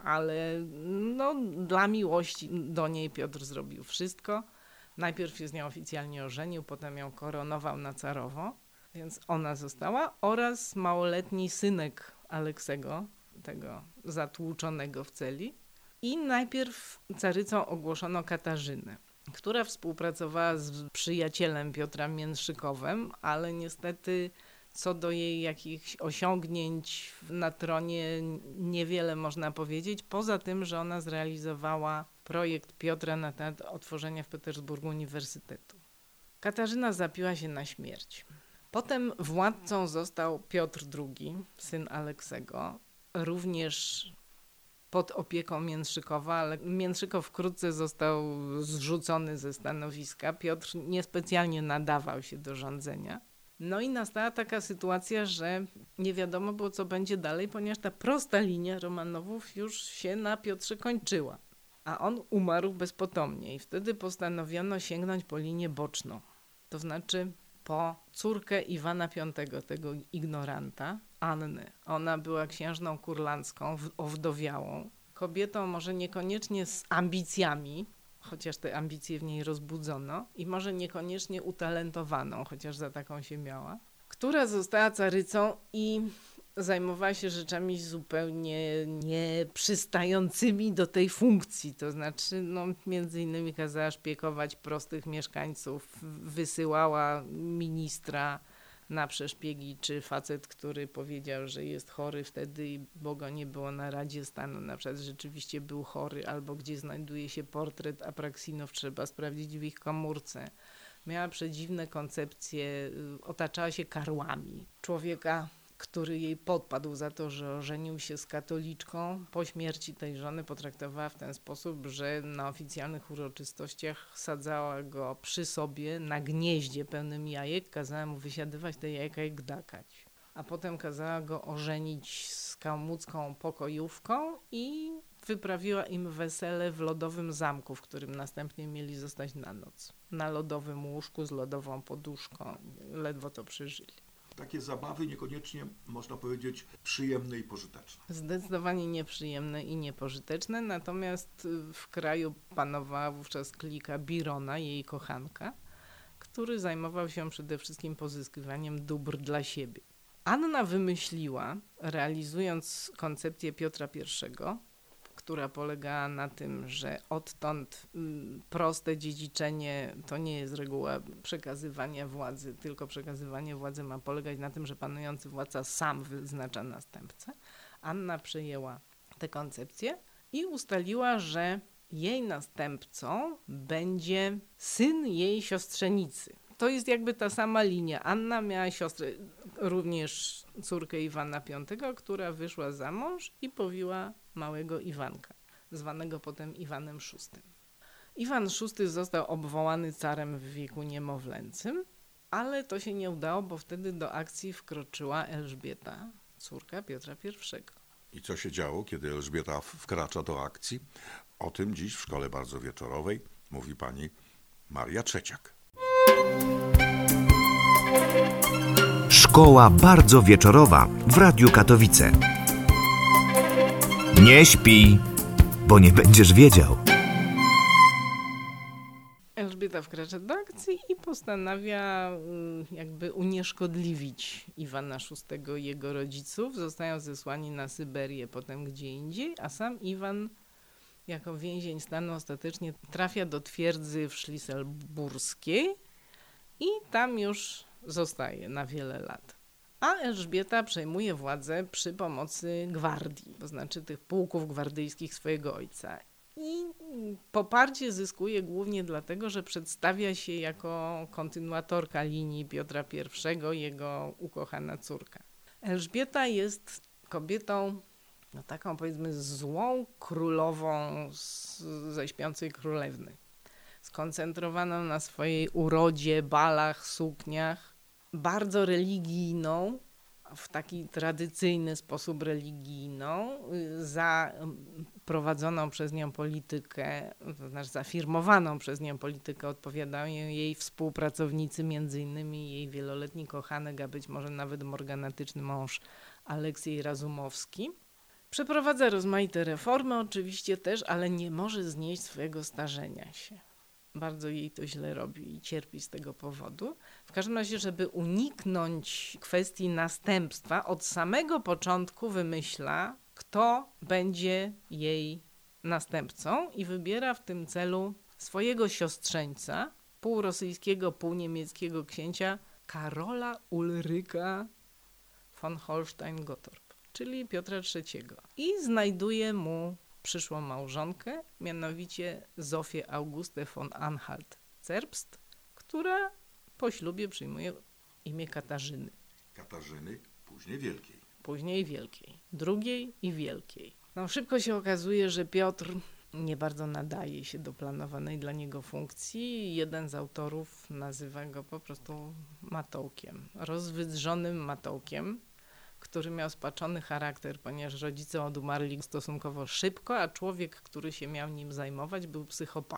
ale no, dla miłości do niej Piotr zrobił wszystko. Najpierw się z nią oficjalnie ożenił, potem ją koronował na carowo. Więc ona została oraz małoletni synek Aleksego, tego zatłuczonego w celi. I najpierw carycą ogłoszono Katarzynę, która współpracowała z przyjacielem Piotra Mięszykowem, ale niestety co do jej jakichś osiągnięć na tronie niewiele można powiedzieć, poza tym, że ona zrealizowała projekt Piotra na temat otworzenia w Petersburgu uniwersytetu. Katarzyna zapiła się na śmierć. Potem władcą został Piotr drugi, syn Aleksego, również pod opieką Mięszykowa, ale Mięszykow wkrótce został zrzucony ze stanowiska. Piotr niespecjalnie nadawał się do rządzenia. No i nastała taka sytuacja, że nie wiadomo było, co będzie dalej, ponieważ ta prosta linia Romanowów już się na Piotrze kończyła, a on umarł bezpotomnie i wtedy postanowiono sięgnąć po linię boczną, to znaczy po córkę Iwana Piątego, tego ignoranta, Annę. Ona była księżną kurlandzką, owdowiałą, kobietą może niekoniecznie z ambicjami, chociaż te ambicje w niej rozbudzono, i może niekoniecznie utalentowaną, chociaż za taką się miała, która została carycą i zajmowała się rzeczami zupełnie nieprzystającymi do tej funkcji. To znaczy, no, między innymi kazała szpiegować prostych mieszkańców, wysyłała ministra na przeszpiegi, czy facet, który powiedział, że jest chory wtedy, bo go nie było na Radzie Stanu, na przykład rzeczywiście był chory, albo gdzie znajduje się portret Apraksinow, trzeba sprawdzić w ich komórce. Miała przedziwne koncepcje, otaczała się karłami. Człowieka, który jej podpadł za to, że ożenił się z katoliczką, po śmierci tej żony potraktowała w ten sposób, że na oficjalnych uroczystościach sadzała go przy sobie na gnieździe pełnym jajek, kazała mu wysiadywać te jajka i gdakać. A potem kazała go ożenić z kałmucką pokojówką i wyprawiła im wesele w lodowym zamku, w którym następnie mieli zostać na noc. Na lodowym łóżku z lodową poduszką. Ledwo to przeżyli. Takie zabawy niekoniecznie, można powiedzieć, przyjemne i pożyteczne. Zdecydowanie nieprzyjemne i niepożyteczne, natomiast w kraju panowała wówczas klika Birona, jej kochanka, który zajmował się przede wszystkim pozyskiwaniem dóbr dla siebie. Anna wymyśliła, realizując koncepcję Piotra Pierwszego, która polegała na tym, że odtąd proste dziedziczenie to nie jest reguła przekazywania władzy, tylko przekazywanie władzy ma polegać na tym, że panujący władca sam wyznacza następcę. Anna przyjęła tę koncepcję i ustaliła, że jej następcą będzie syn jej siostrzenicy. To jest jakby ta sama linia. Anna miała siostrę, również córkę Iwana Piątego, która wyszła za mąż i powiła małego Iwanka, zwanego potem Iwanem Szóstym. Iwan Szósty został obwołany carem w wieku niemowlęcym, ale to się nie udało, bo wtedy do akcji wkroczyła Elżbieta, córka Piotra Pierwszego. I co się działo, kiedy Elżbieta wkracza do akcji? O tym dziś w Szkole Bardzo Wieczorowej mówi pani Maria Trzeciak. Szkoła Bardzo Wieczorowa w Radiu Katowice. Nie śpi, bo nie będziesz wiedział. Elżbieta wkracza do akcji i postanawia jakby unieszkodliwić Iwana Szóstego i jego rodziców. Zostają zesłani na Syberię, potem gdzie indziej, a sam Iwan jako więzień stanu ostatecznie trafia do twierdzy w Szliselburskiej i tam już zostaje na wiele lat. A Elżbieta przejmuje władzę przy pomocy gwardii, to znaczy tych pułków gwardyjskich swojego ojca. I poparcie zyskuje głównie dlatego, że przedstawia się jako kontynuatorka linii Piotra Pierwszego, jego ukochana córka. Elżbieta jest kobietą, no taką powiedzmy złą królową z, ze Śpiącej Królewny. Skoncentrowaną na swojej urodzie, balach, sukniach, bardzo religijną, w taki tradycyjny sposób religijną, za prowadzoną przez nią politykę, to znaczy zafirmowaną przez nią politykę odpowiadają jej współpracownicy, między innymi jej wieloletni kochanek, a być może nawet morganatyczny mąż Aleksiej Razumowski. Przeprowadza rozmaite reformy oczywiście też, ale nie może znieść swojego starzenia się. Bardzo jej to źle robi i cierpi z tego powodu. W każdym razie, żeby uniknąć kwestii następstwa, od samego początku wymyśla, kto będzie jej następcą i wybiera w tym celu swojego siostrzeńca, pół rosyjskiego, pół niemieckiego księcia Karola Ulryka von Holstein-Gottorp, czyli Piotra Trzeciego. I znajduje mu przyszłą małżonkę, mianowicie Zofię Augustę von Anhalt-Zerbst, która po ślubie przyjmuje imię Katarzyny. Katarzyny, później Wielkiej. Później Wielkiej, drugiej i Wielkiej. No, szybko się okazuje, że Piotr nie bardzo nadaje się do planowanej dla niego funkcji. Jeden z autorów nazywa go po prostu matołkiem, rozwydrzonym matołkiem, który miał spaczony charakter, ponieważ rodzice odumarli stosunkowo szybko, a człowiek, który się miał nim zajmować, był psychopatą.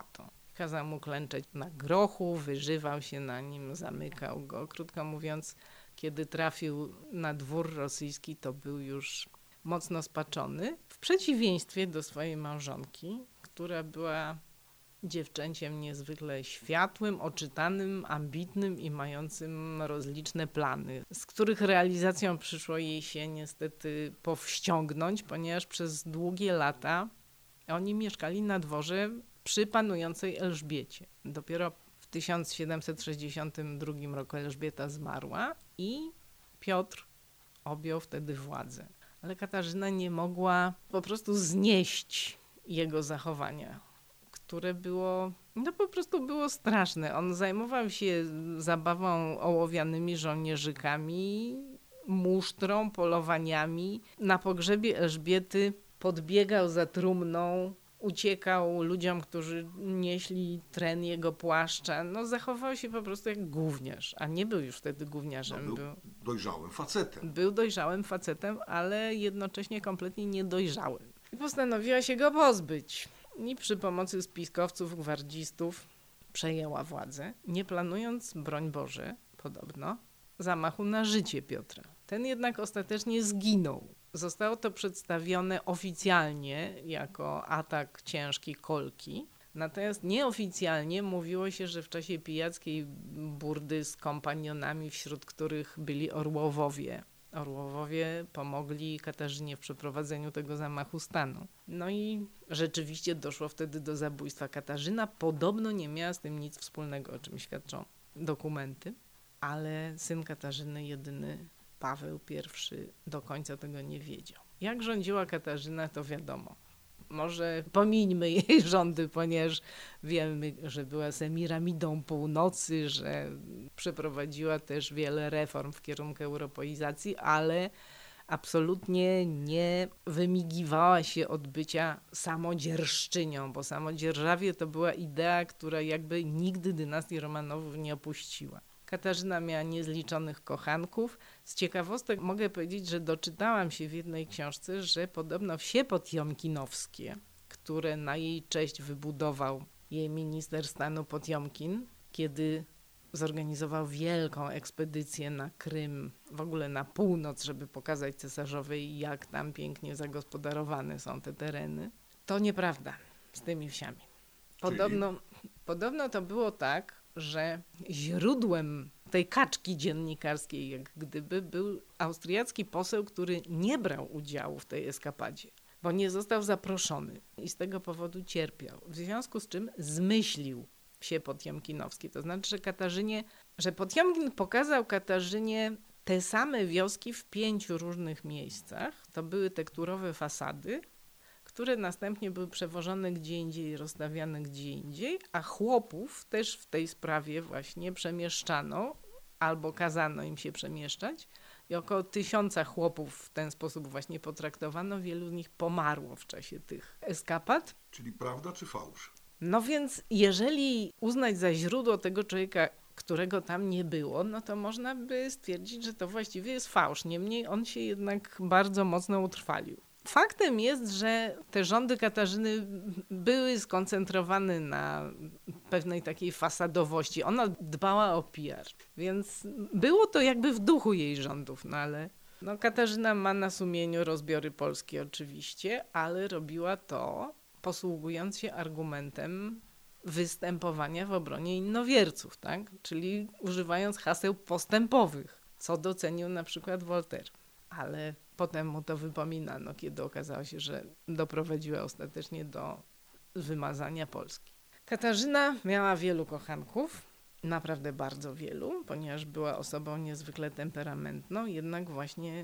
Kazał mu klęczeć na grochu, wyżywał się na nim, zamykał go. Krótko mówiąc, kiedy trafił na dwór rosyjski, to był już mocno spaczony. W przeciwieństwie do swojej małżonki, która była dziewczęciem niezwykle światłym, oczytanym, ambitnym i mającym rozliczne plany, z których realizacją przyszło jej się niestety powściągnąć, ponieważ przez długie lata oni mieszkali na dworze przy panującej Elżbiecie. Dopiero w tysiąc siedemset sześćdziesiątym drugim roku Elżbieta zmarła i Piotr objął wtedy władzę. Ale Katarzyna nie mogła po prostu znieść jego zachowania, które było, no po prostu było straszne. On zajmował się zabawą ołowianymi żołnierzykami, musztrą, polowaniami. Na pogrzebie Elżbiety podbiegał za trumną, uciekał ludziom, którzy nieśli tren jego płaszcza. No zachował się po prostu jak gówniarz, a nie był już wtedy gówniarzem. No, był, był dojrzałym facetem. Był dojrzałym facetem, ale jednocześnie kompletnie niedojrzałym. I postanowiła się go pozbyć. I przy pomocy spiskowców, gwardzistów przejęła władzę, nie planując, broń Boże, podobno, zamachu na życie Piotra. Ten jednak ostatecznie zginął. Zostało to przedstawione oficjalnie jako atak ciężki kolki, natomiast nieoficjalnie mówiło się, że w czasie pijackiej burdy z kompanionami, wśród których byli Orłowowie, Orłowowie pomogli Katarzynie w przeprowadzeniu tego zamachu stanu. No i rzeczywiście doszło wtedy do zabójstwa. Katarzyna podobno nie miała z tym nic wspólnego, o czym świadczą dokumenty, ale syn Katarzyny, jedyny Paweł pierwszy, do końca tego nie wiedział. Jak rządziła Katarzyna, to wiadomo. Może pomińmy jej rządy, ponieważ wiemy, że była Semiramidą Północy, że przeprowadziła też wiele reform w kierunku europeizacji, ale absolutnie nie wymigiwała się od bycia samodzierżczynią, bo samodzierżawie to była idea, która jakby nigdy dynastii Romanowów nie opuściła. Katarzyna miała niezliczonych kochanków. Z ciekawostek mogę powiedzieć, że doczytałam się w jednej książce, że podobno wsie potjomkinowskie, które na jej cześć wybudował jej minister stanu Potjomkin, kiedy zorganizował wielką ekspedycję na Krym, w ogóle na północ, żeby pokazać cesarzowej, jak tam pięknie zagospodarowane są te tereny. To nieprawda z tymi wsiami. Podobno, podobno to było tak, że źródłem tej kaczki dziennikarskiej, jak gdyby, był austriacki poseł, który nie brał udziału w tej eskapadzie, bo nie został zaproszony i z tego powodu cierpiał. W związku z czym zmyślił wsie potjomkinowskie. To znaczy, że Katarzynie, że Potjomkin pokazał Katarzynie te same wioski w pięciu różnych miejscach. To były tekturowe fasady, które następnie były przewożone gdzie indziej, rozstawiane gdzie indziej, a chłopów też w tej sprawie właśnie przemieszczano albo kazano im się przemieszczać i około tysiąca chłopów w ten sposób właśnie potraktowano. Wielu z nich pomarło w czasie tych eskapad. Czyli prawda czy fałsz? No więc jeżeli uznać za źródło tego człowieka, którego tam nie było, no to można by stwierdzić, że to właściwie jest fałsz. Niemniej on się jednak bardzo mocno utrwalił. Faktem jest, że te rządy Katarzyny były skoncentrowane na pewnej takiej fasadowości. Ona dbała o P R, więc było to jakby w duchu jej rządów, no ale no Katarzyna ma na sumieniu rozbiory polskie oczywiście, ale robiła to posługując się argumentem występowania w obronie innowierców, tak? Czyli używając haseł postępowych, co docenił na przykład Voltaire. Ale potem mu to wypominano, kiedy okazało się, że doprowadziła ostatecznie do wymazania Polski. Katarzyna miała wielu kochanków, naprawdę bardzo wielu, ponieważ była osobą niezwykle temperamentną, jednak właśnie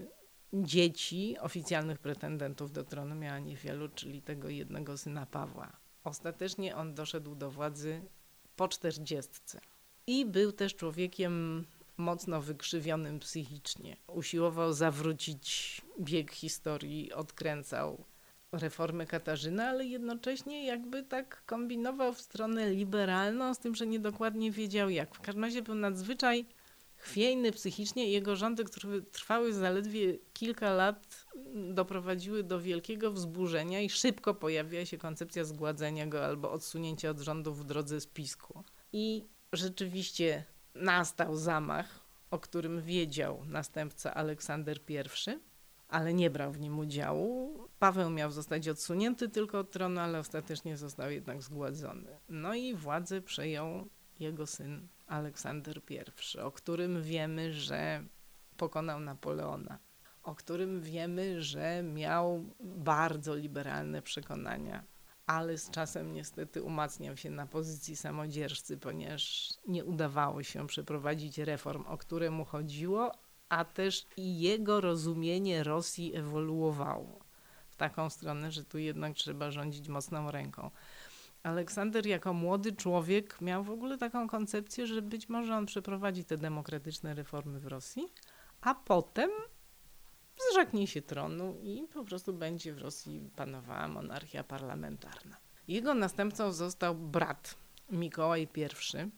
dzieci oficjalnych pretendentów do tronu miała niewielu, czyli tego jednego syna Pawła. Ostatecznie on doszedł do władzy po czterdziestce i był też człowiekiem mocno wykrzywionym psychicznie. Usiłował zawrócić bieg historii, odkręcał reformy Katarzyny, ale jednocześnie jakby tak kombinował w stronę liberalną, z tym, że niedokładnie wiedział jak. W każdym razie był nadzwyczaj chwiejny psychicznie i jego rządy, które trwały zaledwie kilka lat, doprowadziły do wielkiego wzburzenia i szybko pojawiła się koncepcja zgładzenia go albo odsunięcia od rządu w drodze spisku. I rzeczywiście nastał zamach, o którym wiedział następca Aleksander I, ale nie brał w nim udziału. Paweł miał zostać odsunięty tylko od tronu, ale ostatecznie został jednak zgładzony. No i władzę przejął jego syn Aleksander I, o którym wiemy, że pokonał Napoleona, o którym wiemy, że miał bardzo liberalne przekonania, ale z czasem niestety umacniał się na pozycji samodzierżcy, ponieważ nie udawało się przeprowadzić reform, o które mu chodziło, a też i jego rozumienie Rosji ewoluowało w taką stronę, że tu jednak trzeba rządzić mocną ręką. Aleksander jako młody człowiek miał w ogóle taką koncepcję, że być może on przeprowadzi te demokratyczne reformy w Rosji, a potem zrzeknie się tronu i po prostu będzie w Rosji panowała monarchia parlamentarna. Jego następcą został brat Mikołaj I.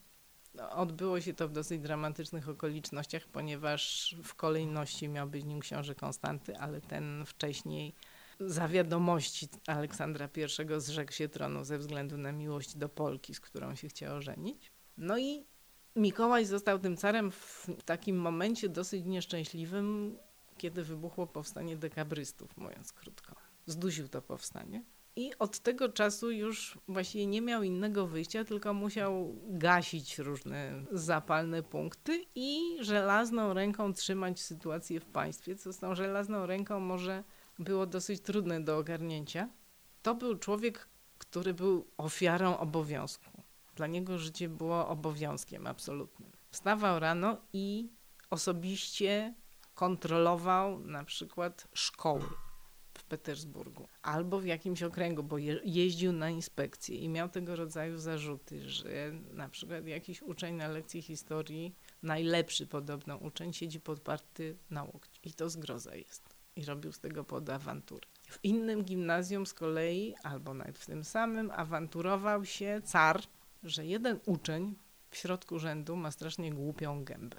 Odbyło się to w dosyć dramatycznych okolicznościach, ponieważ w kolejności miał być nim książę Konstanty, ale ten wcześniej za wiadomości Aleksandra I zrzekł się tronu ze względu na miłość do Polki, z którą się chciał ożenić. No i Mikołaj został tym carem w takim momencie dosyć nieszczęśliwym, kiedy wybuchło powstanie dekabrystów, mówiąc krótko. Zdusił to powstanie i od tego czasu już właściwie nie miał innego wyjścia, tylko musiał gasić różne zapalne punkty i żelazną ręką trzymać sytuację w państwie, co z tą żelazną ręką może było dosyć trudne do ogarnięcia. To był człowiek, który był ofiarą obowiązku. Dla niego życie było obowiązkiem absolutnym. Wstawał rano i osobiście kontrolował na przykład szkoły w Petersburgu albo w jakimś okręgu, bo je, jeździł na inspekcje i miał tego rodzaju zarzuty, że na przykład jakiś uczeń na lekcji historii, najlepszy podobno uczeń, siedzi podparty na łokciu i to zgroza jest. I robił z tego pod awanturę. W innym gimnazjum z kolei, albo nawet w tym samym, awanturował się car, że jeden uczeń w środku rzędu ma strasznie głupią gębę.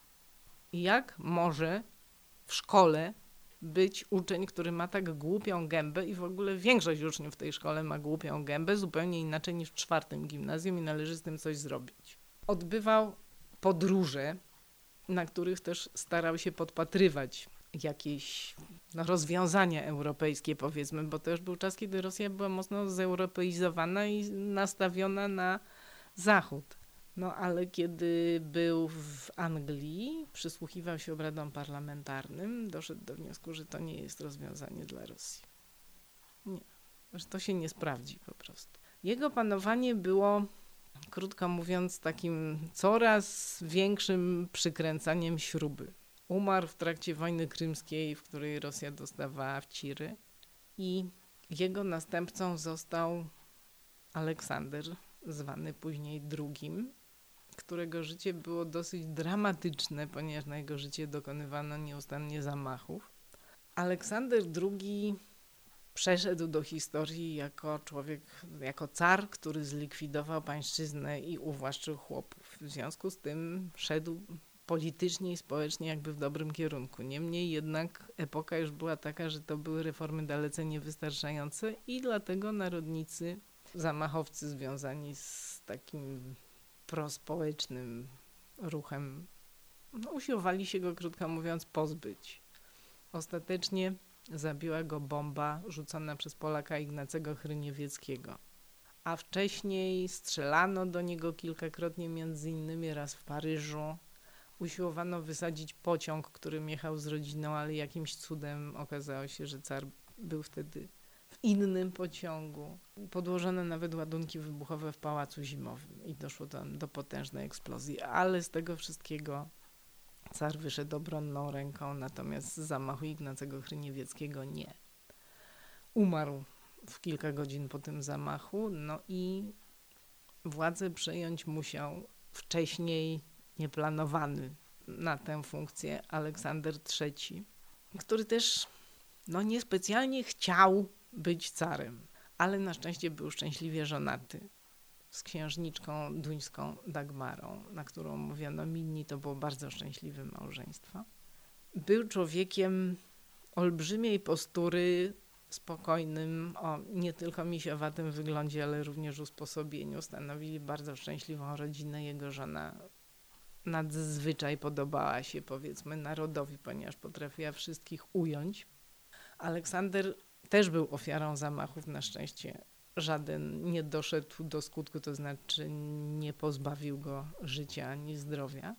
I jak może w szkole być uczeń, który ma tak głupią gębę i w ogóle większość uczniów w tej szkole ma głupią gębę, zupełnie inaczej niż w czwartym gimnazjum i należy z tym coś zrobić. Odbywał podróże, na których też starał się podpatrywać jakieś no, rozwiązania europejskie, powiedzmy, bo to już był czas, kiedy Rosja była mocno zeuropeizowana i nastawiona na zachód. No ale kiedy był w Anglii, przysłuchiwał się obradom parlamentarnym, doszedł do wniosku, że to nie jest rozwiązanie dla Rosji. Nie, że to się nie sprawdzi po prostu. Jego panowanie było, krótko mówiąc, takim coraz większym przykręcaniem śruby. Umarł w trakcie wojny krymskiej, w której Rosja dostawała wciry i jego następcą został Aleksander, zwany później drugim, którego życie było dosyć dramatyczne, ponieważ na jego życie dokonywano nieustannie zamachów. Aleksander drugi przeszedł do historii jako człowiek, jako car, który zlikwidował pańszczyznę i uwłaszczył chłopów. W związku z tym szedł politycznie i społecznie jakby w dobrym kierunku. Niemniej jednak epoka już była taka, że to były reformy dalece niewystarczające i dlatego narodnicy, zamachowcy związani z takim prospołecznym ruchem, no, usiłowali się go, krótko mówiąc, pozbyć. Ostatecznie zabiła go bomba rzucona przez Polaka Ignacego Hryniewieckiego. A wcześniej strzelano do niego kilkakrotnie, między innymi raz w Paryżu. Usiłowano wysadzić pociąg, którym jechał z rodziną, ale jakimś cudem okazało się, że car był wtedy w innym pociągu. Podłożono nawet ładunki wybuchowe w Pałacu Zimowym i doszło tam do potężnej eksplozji, ale z tego wszystkiego car wyszedł obronną ręką, natomiast z zamachu Ignacego Hryniewieckiego nie. Umarł w kilka godzin po tym zamachu, no i władzę przejąć musiał wcześniej nieplanowany na tę funkcję Aleksander trzeci, który też no, niespecjalnie chciał być carem, ale na szczęście był szczęśliwie żonaty z księżniczką duńską Dagmarą, na którą mówiono Minni, to było bardzo szczęśliwe małżeństwo. Był człowiekiem olbrzymiej postury, spokojnym, o nie tylko misiowatym wyglądzie, ale również usposobieniu stanowili bardzo szczęśliwą rodzinę. Jego żona nadzwyczaj podobała się, powiedzmy, narodowi, ponieważ potrafiła wszystkich ująć. Aleksander też był ofiarą zamachów, na szczęście żaden nie doszedł do skutku, to znaczy nie pozbawił go życia ani zdrowia.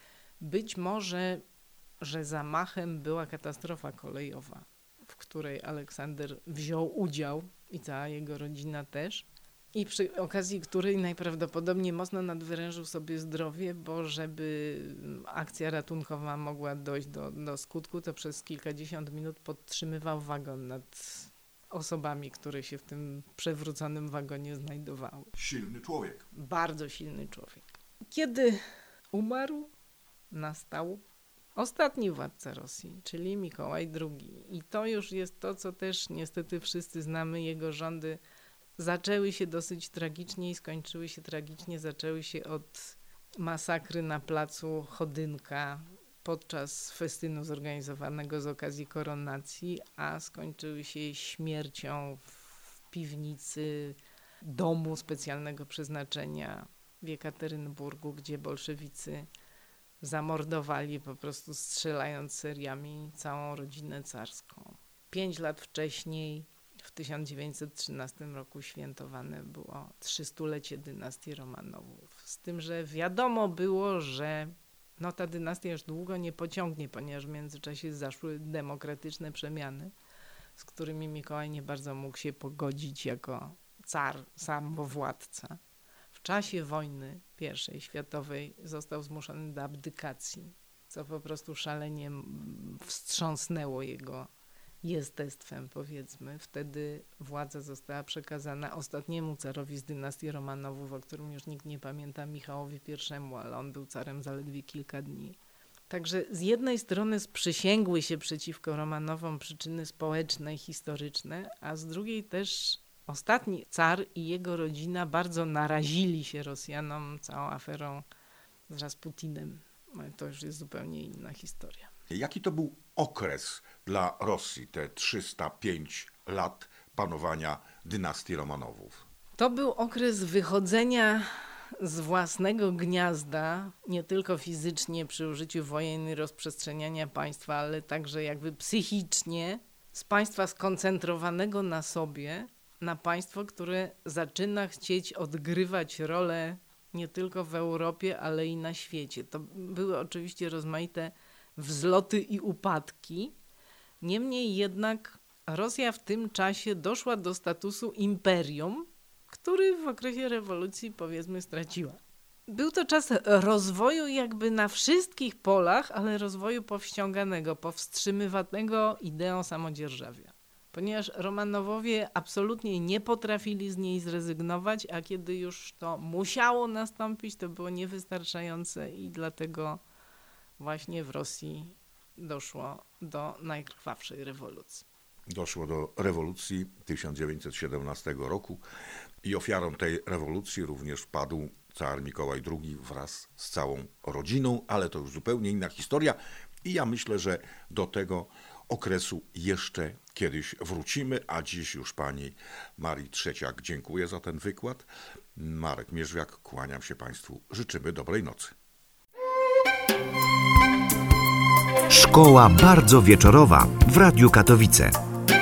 Być może, że zamachem była katastrofa kolejowa, w której Aleksander wziął udział i cała jego rodzina też, i przy okazji której najprawdopodobniej mocno nadwyrężył sobie zdrowie, bo żeby akcja ratunkowa mogła dojść do, do skutku, to przez kilkadziesiąt minut podtrzymywał wagon nad osobami, które się w tym przewróconym wagonie znajdowały. Silny człowiek. Bardzo silny człowiek. Kiedy umarł, nastał ostatni władca Rosji, czyli Mikołaj drugi. I to już jest to, co też niestety wszyscy znamy. Jego rządy zaczęły się dosyć tragicznie i skończyły się tragicznie. Zaczęły się od masakry na placu Chodynka podczas festynu zorganizowanego z okazji koronacji, a skończyły się śmiercią w piwnicy domu specjalnego przeznaczenia w Jekaterynburgu, gdzie bolszewicy zamordowali, po prostu strzelając seriami, całą rodzinę carską. Pięć lat wcześniej, w tysiąc dziewięćset trzynastym roku, świętowane było trzystulecie dynastii Romanowów. Z tym, że wiadomo było, że no, ta dynastia już długo nie pociągnie, ponieważ w międzyczasie zaszły demokratyczne przemiany, z którymi Mikołaj nie bardzo mógł się pogodzić jako car, samowładca. W czasie wojny pierwszej światowej został zmuszony do abdykacji, co po prostu szalenie wstrząsnęło jego jestestwem, powiedzmy. Wtedy władza została przekazana ostatniemu carowi z dynastii Romanowów, o którym już nikt nie pamięta, Michałowi pierwszemu, ale on był carem zaledwie kilka dni. Także z jednej strony sprzysięgły się przeciwko Romanowom przyczyny społeczne i historyczne, a z drugiej też ostatni car i jego rodzina bardzo narazili się Rosjanom całą aferą z Rasputinem. To już jest zupełnie inna historia. Jaki to był okres dla Rosji, te trzysta pięć lat panowania dynastii Romanowów? To był okres wychodzenia z własnego gniazda, nie tylko fizycznie przy użyciu wojen i rozprzestrzeniania państwa, ale także jakby psychicznie, z państwa skoncentrowanego na sobie, na państwo, które zaczyna chcieć odgrywać rolę nie tylko w Europie, ale i na świecie. To były oczywiście rozmaite wzloty i upadki. Niemniej jednak Rosja w tym czasie doszła do statusu imperium, który w okresie rewolucji, powiedzmy, straciła. Był to czas rozwoju jakby na wszystkich polach, ale rozwoju powściąganego, powstrzymywanego ideą samodzierżawia. Ponieważ Romanowowie absolutnie nie potrafili z niej zrezygnować, a kiedy już to musiało nastąpić, to było niewystarczające i dlatego właśnie w Rosji doszło do najkrwawszej rewolucji. Doszło do rewolucji tysiąc dziewięćset siedemnastego roku i ofiarą tej rewolucji również padł car Mikołaj drugi wraz z całą rodziną, ale to już zupełnie inna historia i ja myślę, że do tego okresu jeszcze kiedyś wrócimy, a dziś już pani Marii Trzeciak dziękuję za ten wykład. Marek Mierzwiak, kłaniam się państwu, życzymy dobrej nocy. Szkoła bardzo wieczorowa w Radiu Katowice.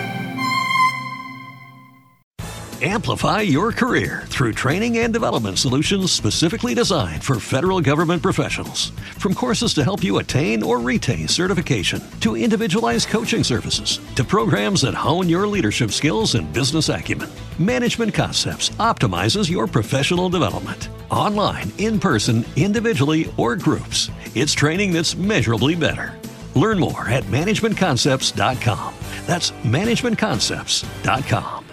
Amplify your career through training and development solutions specifically designed for federal government professionals. From courses to help you attain or retain certification, to individualized coaching services, to programs that hone your leadership skills and business acumen, Management Concepts optimizes your professional development. Online, in person, individually, or groups, it's training that's measurably better. Learn more at management concepts dot com. That's management concepts dot com.